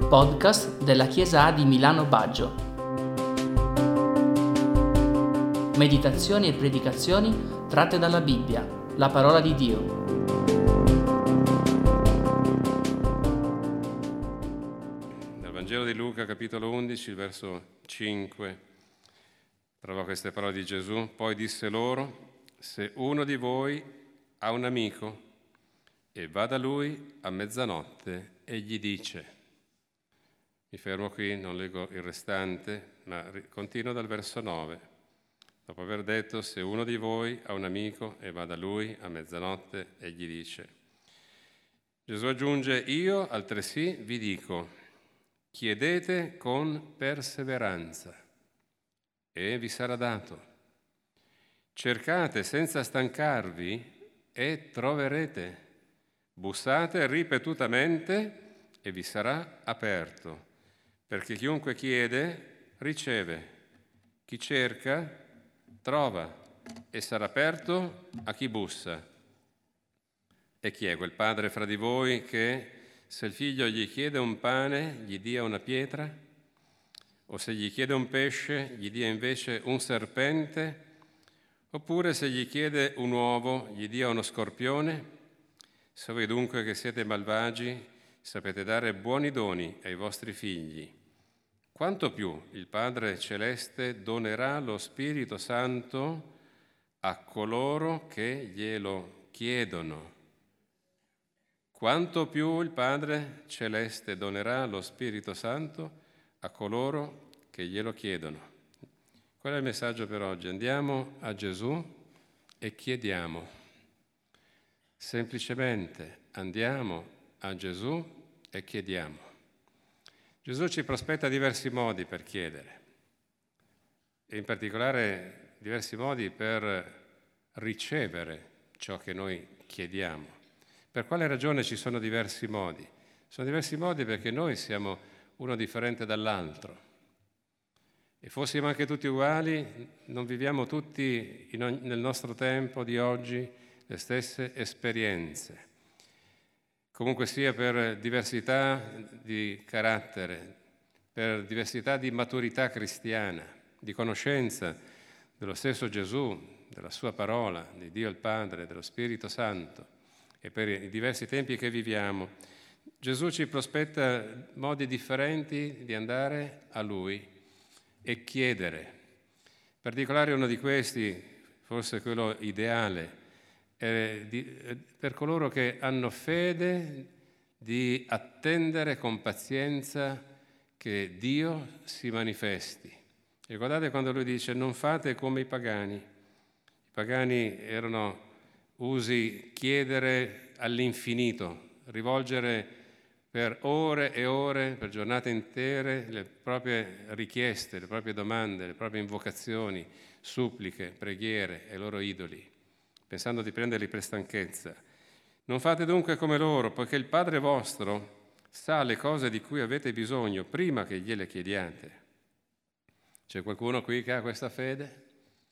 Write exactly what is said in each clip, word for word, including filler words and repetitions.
podcast della Chiesa A di Milano Baggio. Meditazioni e predicazioni tratte dalla Bibbia, la parola di Dio. Dal Vangelo di Luca, capitolo undici, verso cinque, trovo queste parole di Gesù. Poi disse loro: se uno di voi ha un amico e va da lui a mezzanotte e gli dice. Mi fermo qui, non leggo il restante, ma continuo dal verso nove. Dopo aver detto: se uno di voi ha un amico e va da lui a mezzanotte e gli dice. Gesù aggiunge: io altresì vi dico, chiedete con perseveranza e vi sarà dato. Cercate senza stancarvi e troverete. Bussate ripetutamente e vi sarà aperto. Perché chiunque chiede, riceve. Chi cerca, trova. E sarà aperto a chi bussa. E chi è quel padre fra di voi che, se il figlio gli chiede un pane, gli dia una pietra? O se gli chiede un pesce, gli dia invece un serpente? Oppure se gli chiede un uovo, gli dia uno scorpione? Se voi dunque che siete malvagi, sapete dare buoni doni ai vostri figli, quanto più il Padre Celeste donerà lo Spirito Santo a coloro che glielo chiedono. Quanto più il Padre Celeste donerà lo Spirito Santo a coloro che glielo chiedono. Qual è il messaggio per oggi? Andiamo a Gesù e chiediamo. Semplicemente andiamo a Gesù e chiediamo. Gesù ci prospetta diversi modi per chiedere, e in particolare diversi modi per ricevere ciò che noi chiediamo. Per quale ragione ci sono diversi modi? Sono diversi modi perché noi siamo uno differente dall'altro. E fossimo anche tutti uguali, non viviamo tutti in ogni, nel nostro tempo di oggi le stesse esperienze. Comunque sia per diversità di carattere, per diversità di maturità cristiana, di conoscenza dello stesso Gesù, della sua parola, di Dio il Padre, dello Spirito Santo, e per i diversi tempi che viviamo, Gesù ci prospetta modi differenti di andare a Lui e chiedere. In particolare uno di questi, forse quello ideale, è di, per coloro che hanno fede di attendere con pazienza che Dio si manifesti. E guardate quando lui dice: non fate come i pagani. I pagani erano usi chiedere all'infinito, rivolgere per ore e ore, per giornate intere, le proprie richieste, le proprie domande, le proprie invocazioni, suppliche, preghiere ai loro idoli, pensando di prenderli per stanchezza. Non fate dunque come loro, poiché il Padre vostro sa le cose di cui avete bisogno prima che gliele chiediate. C'è qualcuno qui che ha questa fede?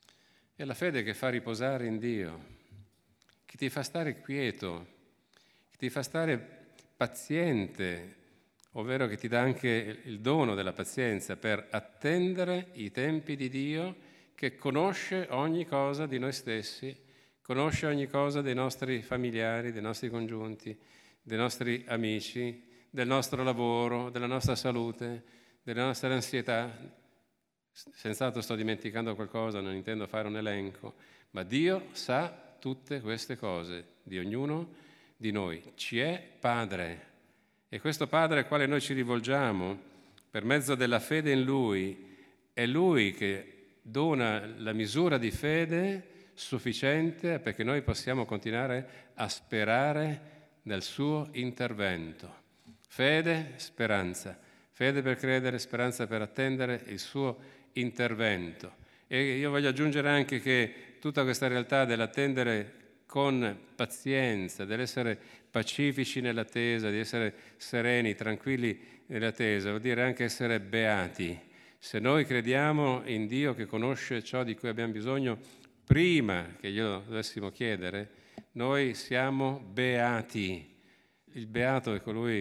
È la fede che fa riposare in Dio, che ti fa stare quieto, che ti fa stare paziente, ovvero che ti dà anche il dono della pazienza per attendere i tempi di Dio, che conosce ogni cosa di noi stessi, conosce ogni cosa dei nostri familiari, dei nostri congiunti, dei nostri amici, del nostro lavoro, della nostra salute, delle nostre ansietà. Senz'altro sto dimenticando qualcosa, non intendo fare un elenco, ma Dio sa tutte queste cose di ognuno di noi. Ci è Padre, e questo Padre al quale noi ci rivolgiamo per mezzo della fede in Lui, è Lui che dona la misura di fede sufficiente perché noi possiamo continuare a sperare nel suo intervento. Fede, speranza. Fede per credere, speranza per attendere il suo intervento. E io voglio aggiungere anche che tutta questa realtà dell'attendere con pazienza, dell'essere pacifici nell'attesa, di essere sereni, tranquilli nell'attesa, vuol dire anche essere beati. Se noi crediamo in Dio che conosce ciò di cui abbiamo bisogno prima che glielo dovessimo chiedere, noi siamo beati. Il beato è colui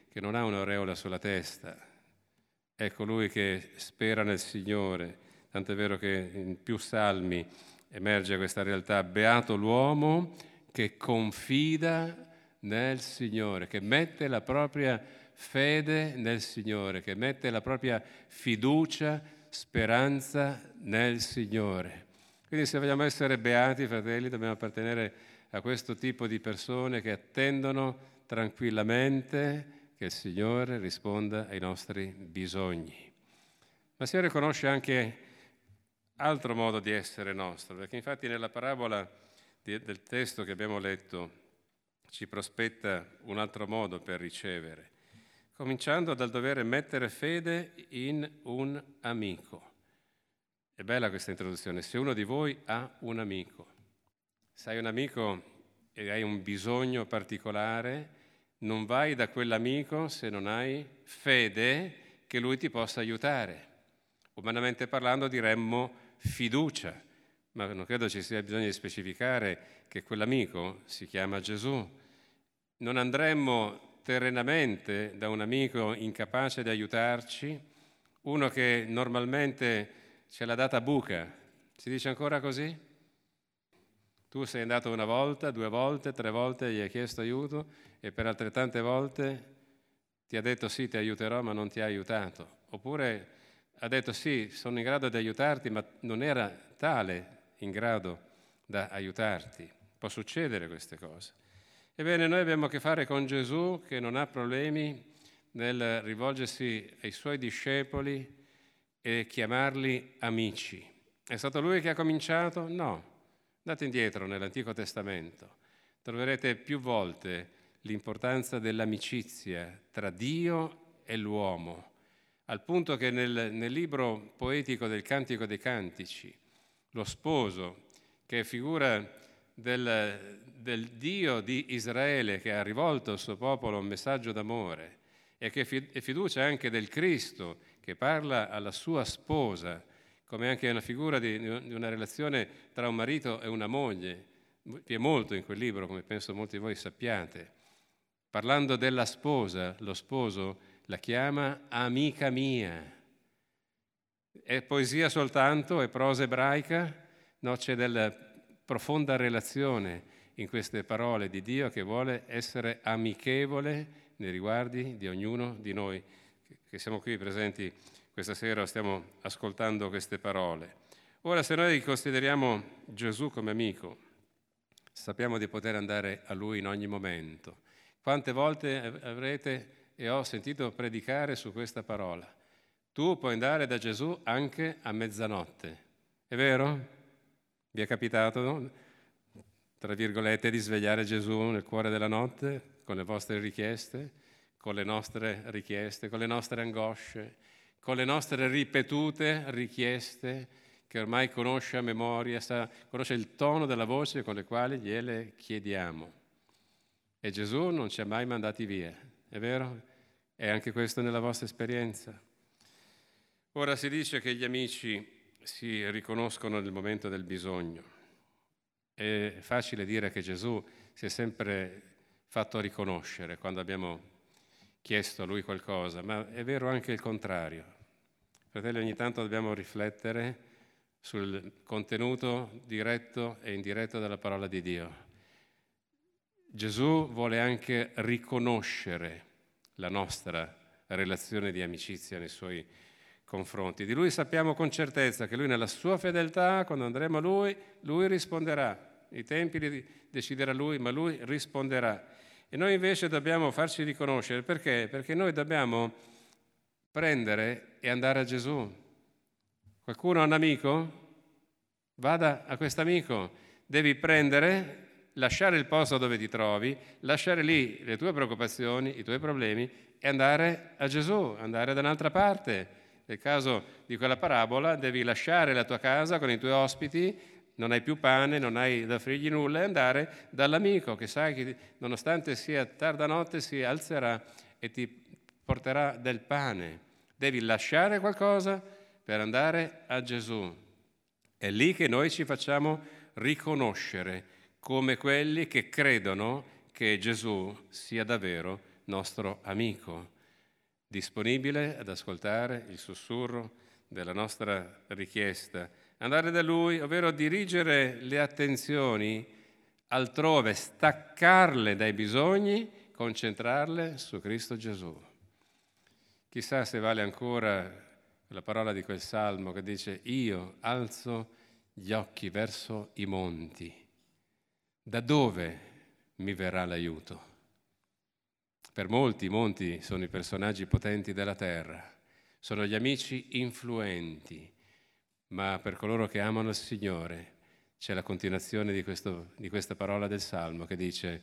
che non ha un'aureola sulla testa, è colui che spera nel Signore, tanto è vero che in più salmi emerge questa realtà: beato l'uomo che confida nel Signore, che mette la propria fede nel Signore, che mette la propria fiducia, speranza nel Signore. Quindi se vogliamo essere beati, fratelli, dobbiamo appartenere a questo tipo di persone che attendono tranquillamente che il Signore risponda ai nostri bisogni. Ma il Signore conosce anche altro modo di essere nostro, perché infatti nella parabola di, del testo che abbiamo letto ci prospetta un altro modo per ricevere, cominciando dal dover mettere fede in un amico. È bella questa introduzione: se uno di voi ha un amico, se hai un amico e hai un bisogno particolare, non vai da quell'amico se non hai fede che lui ti possa aiutare. Umanamente parlando diremmo fiducia, ma non credo ci sia bisogno di specificare che quell'amico si chiama Gesù. Non andremmo terrenamente da un amico incapace di aiutarci, uno che normalmente ce l'ha data buca. Si dice ancora così? Tu sei andato una volta, due volte, tre volte, gli hai chiesto aiuto e per altrettante volte ti ha detto sì, ti aiuterò, ma non ti ha aiutato. Oppure ha detto sì, sono in grado di aiutarti, ma non era tale in grado da aiutarti. Può succedere queste cose. Ebbene, noi abbiamo a che fare con Gesù che non ha problemi nel rivolgersi ai suoi discepoli e chiamarli amici. È stato lui che ha cominciato? No. Andate indietro nell'Antico Testamento. Troverete più volte l'importanza dell'amicizia tra Dio e l'uomo, al punto che nel, nel libro poetico del Cantico dei Cantici, lo sposo, che è figura del, del Dio di Israele che ha rivolto al suo popolo un messaggio d'amore e che è fiducia anche del Cristo che parla alla sua sposa, come anche una figura di, di una relazione tra un marito e una moglie. Vi è molto in quel libro, come penso molti di voi sappiate. Parlando della sposa, lo sposo la chiama amica mia. È poesia soltanto? È prosa ebraica? No, c'è della profonda relazione in queste parole di Dio che vuole essere amichevole nei riguardi di ognuno di noi che siamo qui presenti questa sera, stiamo ascoltando queste parole. Ora, se noi consideriamo Gesù come amico, sappiamo di poter andare a Lui in ogni momento. Quante volte avrete e ho sentito predicare su questa parola? Tu puoi andare da Gesù anche a mezzanotte. È vero? Vi è capitato, no? Tra virgolette, di svegliare Gesù nel cuore della notte con le vostre richieste, con le nostre richieste, con le nostre angosce, con le nostre ripetute richieste che ormai conosce a memoria, sa, conosce il tono della voce con le quali gliele chiediamo. E Gesù non ci ha mai mandati via, è vero? È anche questo nella vostra esperienza? Ora si dice che gli amici si riconoscono nel momento del bisogno. È facile dire che Gesù si è sempre fatto riconoscere quando abbiamo chiesto a Lui qualcosa, ma è vero anche il contrario. Fratelli, ogni tanto dobbiamo riflettere sul contenuto diretto e indiretto della parola di Dio. Gesù vuole anche riconoscere la nostra relazione di amicizia nei Suoi confronti. Di Lui sappiamo con certezza che Lui nella Sua fedeltà, quando andremo a Lui, Lui risponderà. I tempi li deciderà Lui, ma Lui risponderà. E noi invece dobbiamo farci riconoscere. Perché? Perché noi dobbiamo prendere e andare a Gesù. Qualcuno ha un amico? Vada a quest'amico. Devi prendere, lasciare il posto dove ti trovi, lasciare lì le tue preoccupazioni, i tuoi problemi e andare a Gesù, andare da un'altra parte. Nel caso di quella parabola devi lasciare la tua casa con i tuoi ospiti, non hai più pane, non hai da offrirgli nulla, e andare dall'amico che sai che nonostante sia tarda notte si alzerà e ti porterà del pane. Devi lasciare qualcosa per andare a Gesù. È lì che noi ci facciamo riconoscere come quelli che credono che Gesù sia davvero nostro amico, disponibile ad ascoltare il sussurro della nostra richiesta, andare da Lui, ovvero dirigere le attenzioni altrove, staccarle dai bisogni, concentrarle su Cristo Gesù. Chissà se vale ancora la parola di quel salmo che dice: io alzo gli occhi verso i monti, da dove mi verrà l'aiuto? Per molti i monti sono i personaggi potenti della terra, sono gli amici influenti, ma per coloro che amano il Signore c'è la continuazione di, questo, di questa parola del Salmo che dice: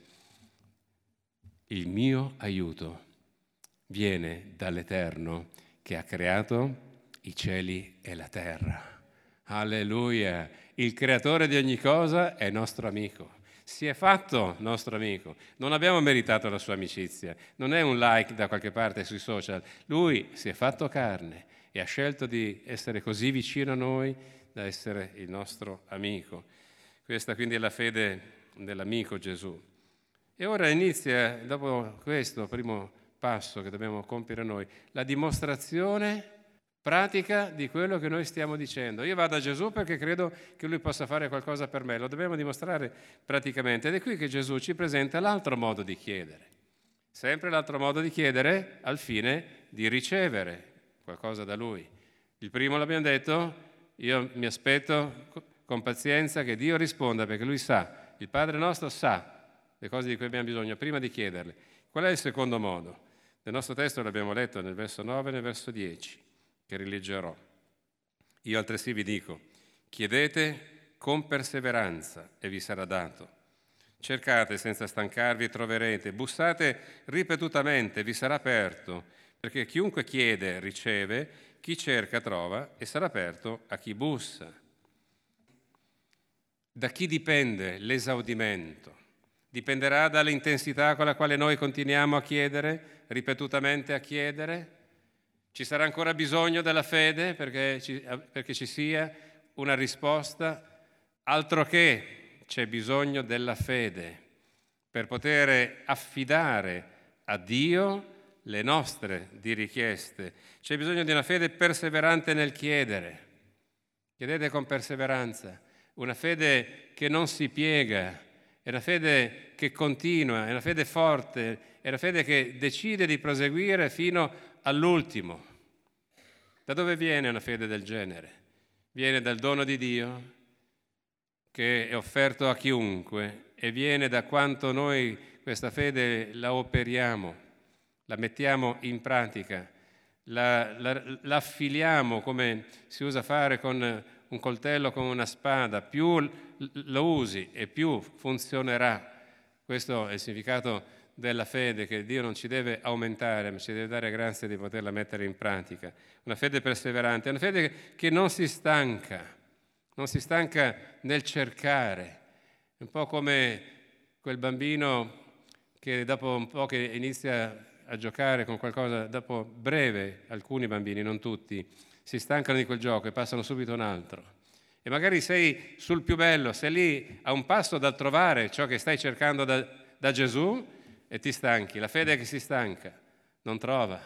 il mio aiuto viene dall'Eterno che ha creato i cieli e la terra. Alleluia! Il creatore di ogni cosa è nostro amico. Si è fatto nostro amico, non abbiamo meritato la sua amicizia, non è un like da qualche parte sui social, lui si è fatto carne e ha scelto di essere così vicino a noi da essere il nostro amico. Questa quindi è la fede dell'amico Gesù. E ora inizia, dopo questo primo passo che dobbiamo compiere noi, la dimostrazione pratica di quello che noi stiamo dicendo. Io vado a Gesù perché credo che Lui possa fare qualcosa per me, lo dobbiamo dimostrare praticamente. Ed è qui che Gesù ci presenta l'altro modo di chiedere. Sempre l'altro modo di chiedere al fine di ricevere qualcosa da Lui. Il primo l'abbiamo detto, io mi aspetto con pazienza che Dio risponda perché Lui sa, il Padre nostro sa le cose di cui abbiamo bisogno prima di chiederle. Qual è il secondo modo? Nel nostro testo l'abbiamo letto nel verso nove e nel verso dieci. Che rileggerò. Io altresì vi dico, chiedete con perseveranza e vi sarà dato. Cercate senza stancarvi e troverete, bussate ripetutamente e vi sarà aperto, perché chiunque chiede riceve, chi cerca trova e sarà aperto a chi bussa. Da chi dipende l'esaudimento? Dipenderà dall'intensità con la quale noi continuiamo a chiedere, ripetutamente a chiedere? Ci sarà ancora bisogno della fede perché ci, perché ci sia una risposta? Altro che c'è bisogno della fede per poter affidare a Dio le nostre di richieste. C'è bisogno di una fede perseverante nel chiedere. Chiedete con perseveranza, una fede che non si piega, è una fede che continua, è una fede forte, è una fede che decide di proseguire fino all'ultimo. Da dove viene una fede del genere? Viene dal dono di Dio che è offerto a chiunque e viene da quanto noi questa fede la operiamo, la mettiamo in pratica, la, la, la affiliamo come si usa fare con un coltello, con una spada. Più lo usi e più funzionerà. Questo è il significato della fede, che Dio non ci deve aumentare, ma ci deve dare grazia di poterla mettere in pratica. Una fede perseverante, una fede che non si stanca, non si stanca nel cercare. È un po' come quel bambino che dopo un po' che inizia a giocare con qualcosa, dopo breve, alcuni bambini, non tutti, si stancano di quel gioco e passano subito a un altro. E magari sei sul più bello, sei lì a un passo dal trovare ciò che stai cercando da, da Gesù, e ti stanchi. La fede che si stanca non trova,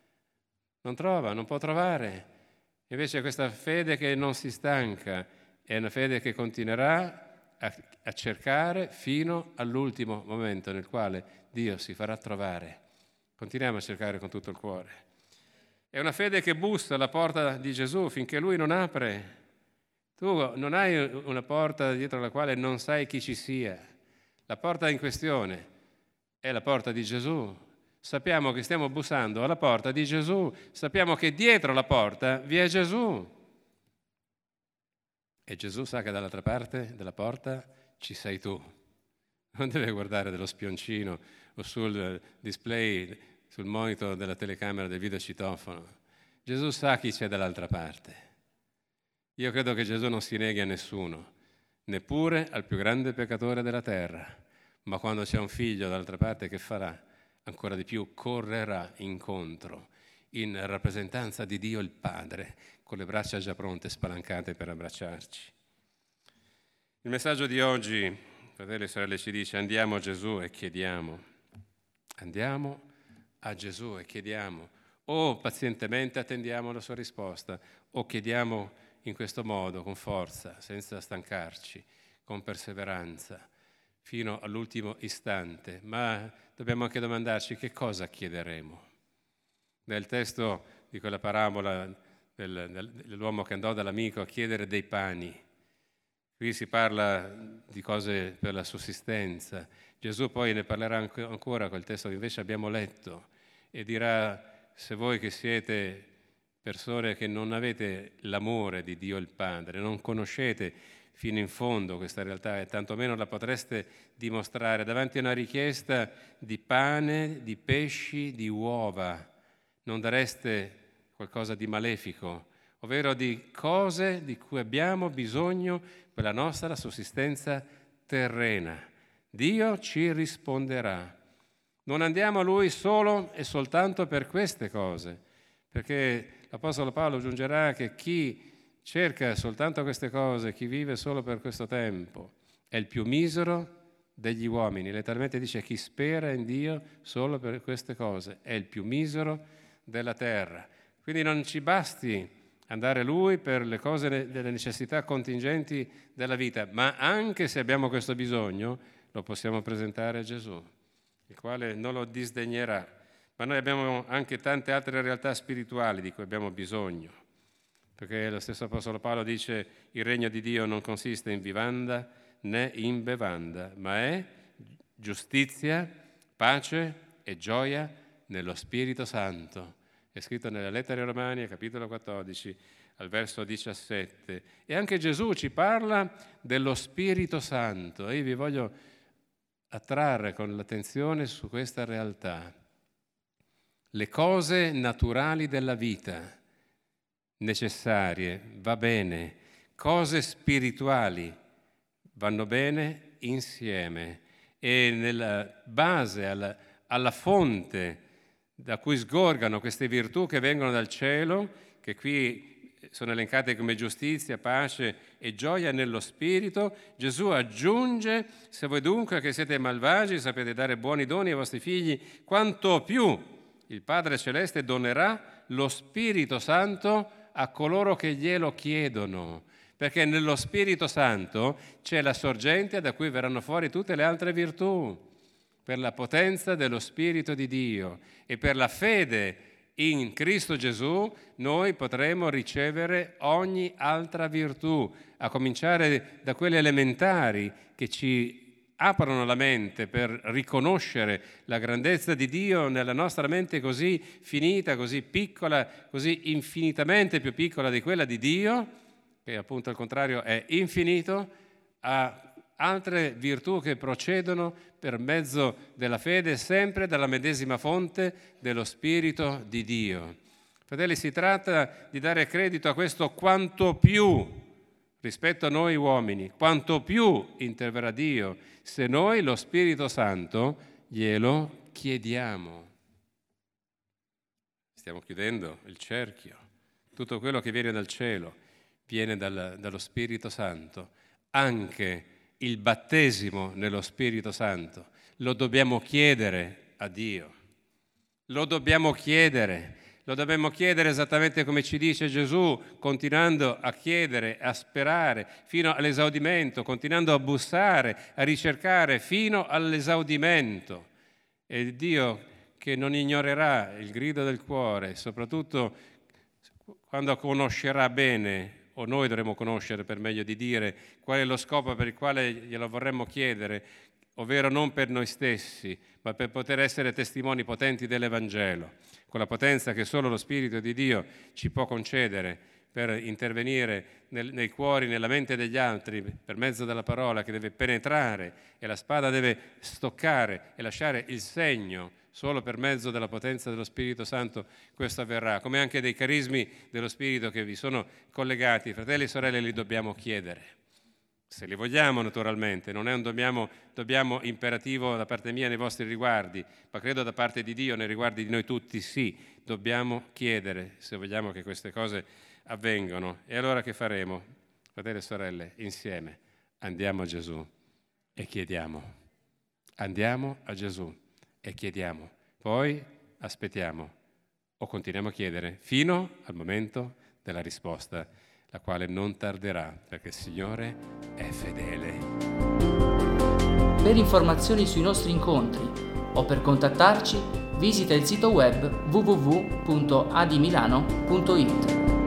non trova, non può trovare. Invece questa fede che non si stanca è una fede che continuerà a, a cercare fino all'ultimo momento nel quale Dio si farà trovare. Continuiamo a cercare con tutto il cuore. È una fede che bussa alla porta di Gesù finché Lui non apre. Tu non hai una porta dietro la quale non sai chi ci sia. La porta in questione è la porta di Gesù. Sappiamo che stiamo bussando alla porta di Gesù, sappiamo che dietro la porta vi è Gesù. E Gesù sa che dall'altra parte della porta ci sei tu. Non deve guardare dello spioncino o sul display, sul monitor della telecamera del videocitofono. Gesù sa chi c'è dall'altra parte. Io credo che Gesù non si neghi a nessuno, neppure al più grande peccatore della terra. Ma quando c'è un figlio dall'altra parte, che farà? Ancora di più correrà incontro in rappresentanza di Dio il Padre, con le braccia già pronte, spalancate per abbracciarci. Il messaggio di oggi, fratelli e sorelle, ci dice: andiamo a Gesù e chiediamo. Andiamo a Gesù e chiediamo, o pazientemente attendiamo la sua risposta, o chiediamo in questo modo, con forza, senza stancarci, con perseveranza, fino all'ultimo istante. Ma dobbiamo anche domandarci che cosa chiederemo. Nel testo di quella parabola del, del, dell'uomo che andò dall'amico a chiedere dei pani, qui si parla di cose per la sussistenza. Gesù poi ne parlerà ancora, quel testo che invece abbiamo letto, e dirà: se voi che siete persone che non avete l'amore di Dio il Padre, non conoscete fino in fondo questa realtà e tantomeno la potreste dimostrare davanti a una richiesta di pane, di pesci, di uova, non dareste qualcosa di malefico, ovvero di cose di cui abbiamo bisogno per la nostra sussistenza terrena. Dio ci risponderà. Non andiamo a Lui solo e soltanto per queste cose, perché l'Apostolo Paolo aggiungerà che chi cerca soltanto queste cose, chi vive solo per questo tempo, è il più misero degli uomini. Letteralmente dice: chi spera in Dio solo per queste cose è il più misero della terra. Quindi non ci basti andare a Lui per le cose, delle necessità contingenti della vita, ma anche se abbiamo questo bisogno lo possiamo presentare a Gesù, il quale non lo disdegnerà. Ma noi abbiamo anche tante altre realtà spirituali di cui abbiamo bisogno, perché lo stesso Apostolo Paolo dice: il regno di Dio non consiste in vivanda né in bevanda, ma è giustizia, pace e gioia nello Spirito Santo. È scritto nella lettera ai Romani, capitolo quattordici, al verso diciassette. E anche Gesù ci parla dello Spirito Santo. E io vi voglio attrarre con l'attenzione su questa realtà. Le cose naturali della vita, necessarie, va bene. Cose spirituali vanno bene insieme. E nella base, alla, alla fonte da cui sgorgano queste virtù che vengono dal cielo, che qui sono elencate come giustizia, pace e gioia nello Spirito, Gesù aggiunge: se voi dunque che siete malvagi sapete dare buoni doni ai vostri figli, quanto più il Padre Celeste donerà lo Spirito Santo a coloro che glielo chiedono. Perché nello Spirito Santo c'è la sorgente da cui verranno fuori tutte le altre virtù, per la potenza dello Spirito di Dio, e per la fede in Cristo Gesù noi potremo ricevere ogni altra virtù, a cominciare da quelle elementari che ci aprono la mente per riconoscere la grandezza di Dio nella nostra mente così finita, così piccola, così infinitamente più piccola di quella di Dio, che appunto al contrario è infinito, a altre virtù che procedono per mezzo della fede, sempre dalla medesima fonte dello Spirito di Dio. Fratelli, si tratta di dare credito a questo quanto più rispetto a noi uomini, quanto più interverrà Dio se noi lo Spirito Santo glielo chiediamo. Stiamo chiudendo il cerchio. Tutto quello che viene dal cielo viene dal, dallo Spirito Santo. Anche il battesimo nello Spirito Santo lo dobbiamo chiedere a Dio. Lo dobbiamo chiedere. Lo dobbiamo chiedere esattamente come ci dice Gesù, continuando a chiedere, a sperare fino all'esaudimento, continuando a bussare, a ricercare fino all'esaudimento. E Dio che non ignorerà il grido del cuore, soprattutto quando conoscerà bene, o noi dovremo conoscere per meglio di dire, qual è lo scopo per il quale glielo vorremmo chiedere, ovvero non per noi stessi, ma per poter essere testimoni potenti dell'Evangelo, con la potenza che solo lo Spirito di Dio ci può concedere per intervenire nel, nei cuori, nella mente degli altri, per mezzo della parola che deve penetrare e la spada deve stoccare e lasciare il segno. Solo per mezzo della potenza dello Spirito Santo questo avverrà, come anche dei carismi dello Spirito che vi sono collegati. Fratelli e sorelle, li dobbiamo chiedere, se li vogliamo naturalmente, non è un dobbiamo, dobbiamo imperativo da parte mia nei vostri riguardi, ma credo da parte di Dio nei riguardi di noi tutti, sì, dobbiamo chiedere se vogliamo che queste cose avvengano. E allora che faremo? Fratelli e sorelle, insieme andiamo a Gesù e chiediamo. Andiamo a Gesù e chiediamo. Poi aspettiamo o continuiamo a chiedere fino al momento della risposta, la quale non tarderà, perché il Signore è fedele. Per informazioni sui nostri incontri o per contattarci, visita il sito web w w w punto adimilano punto i t.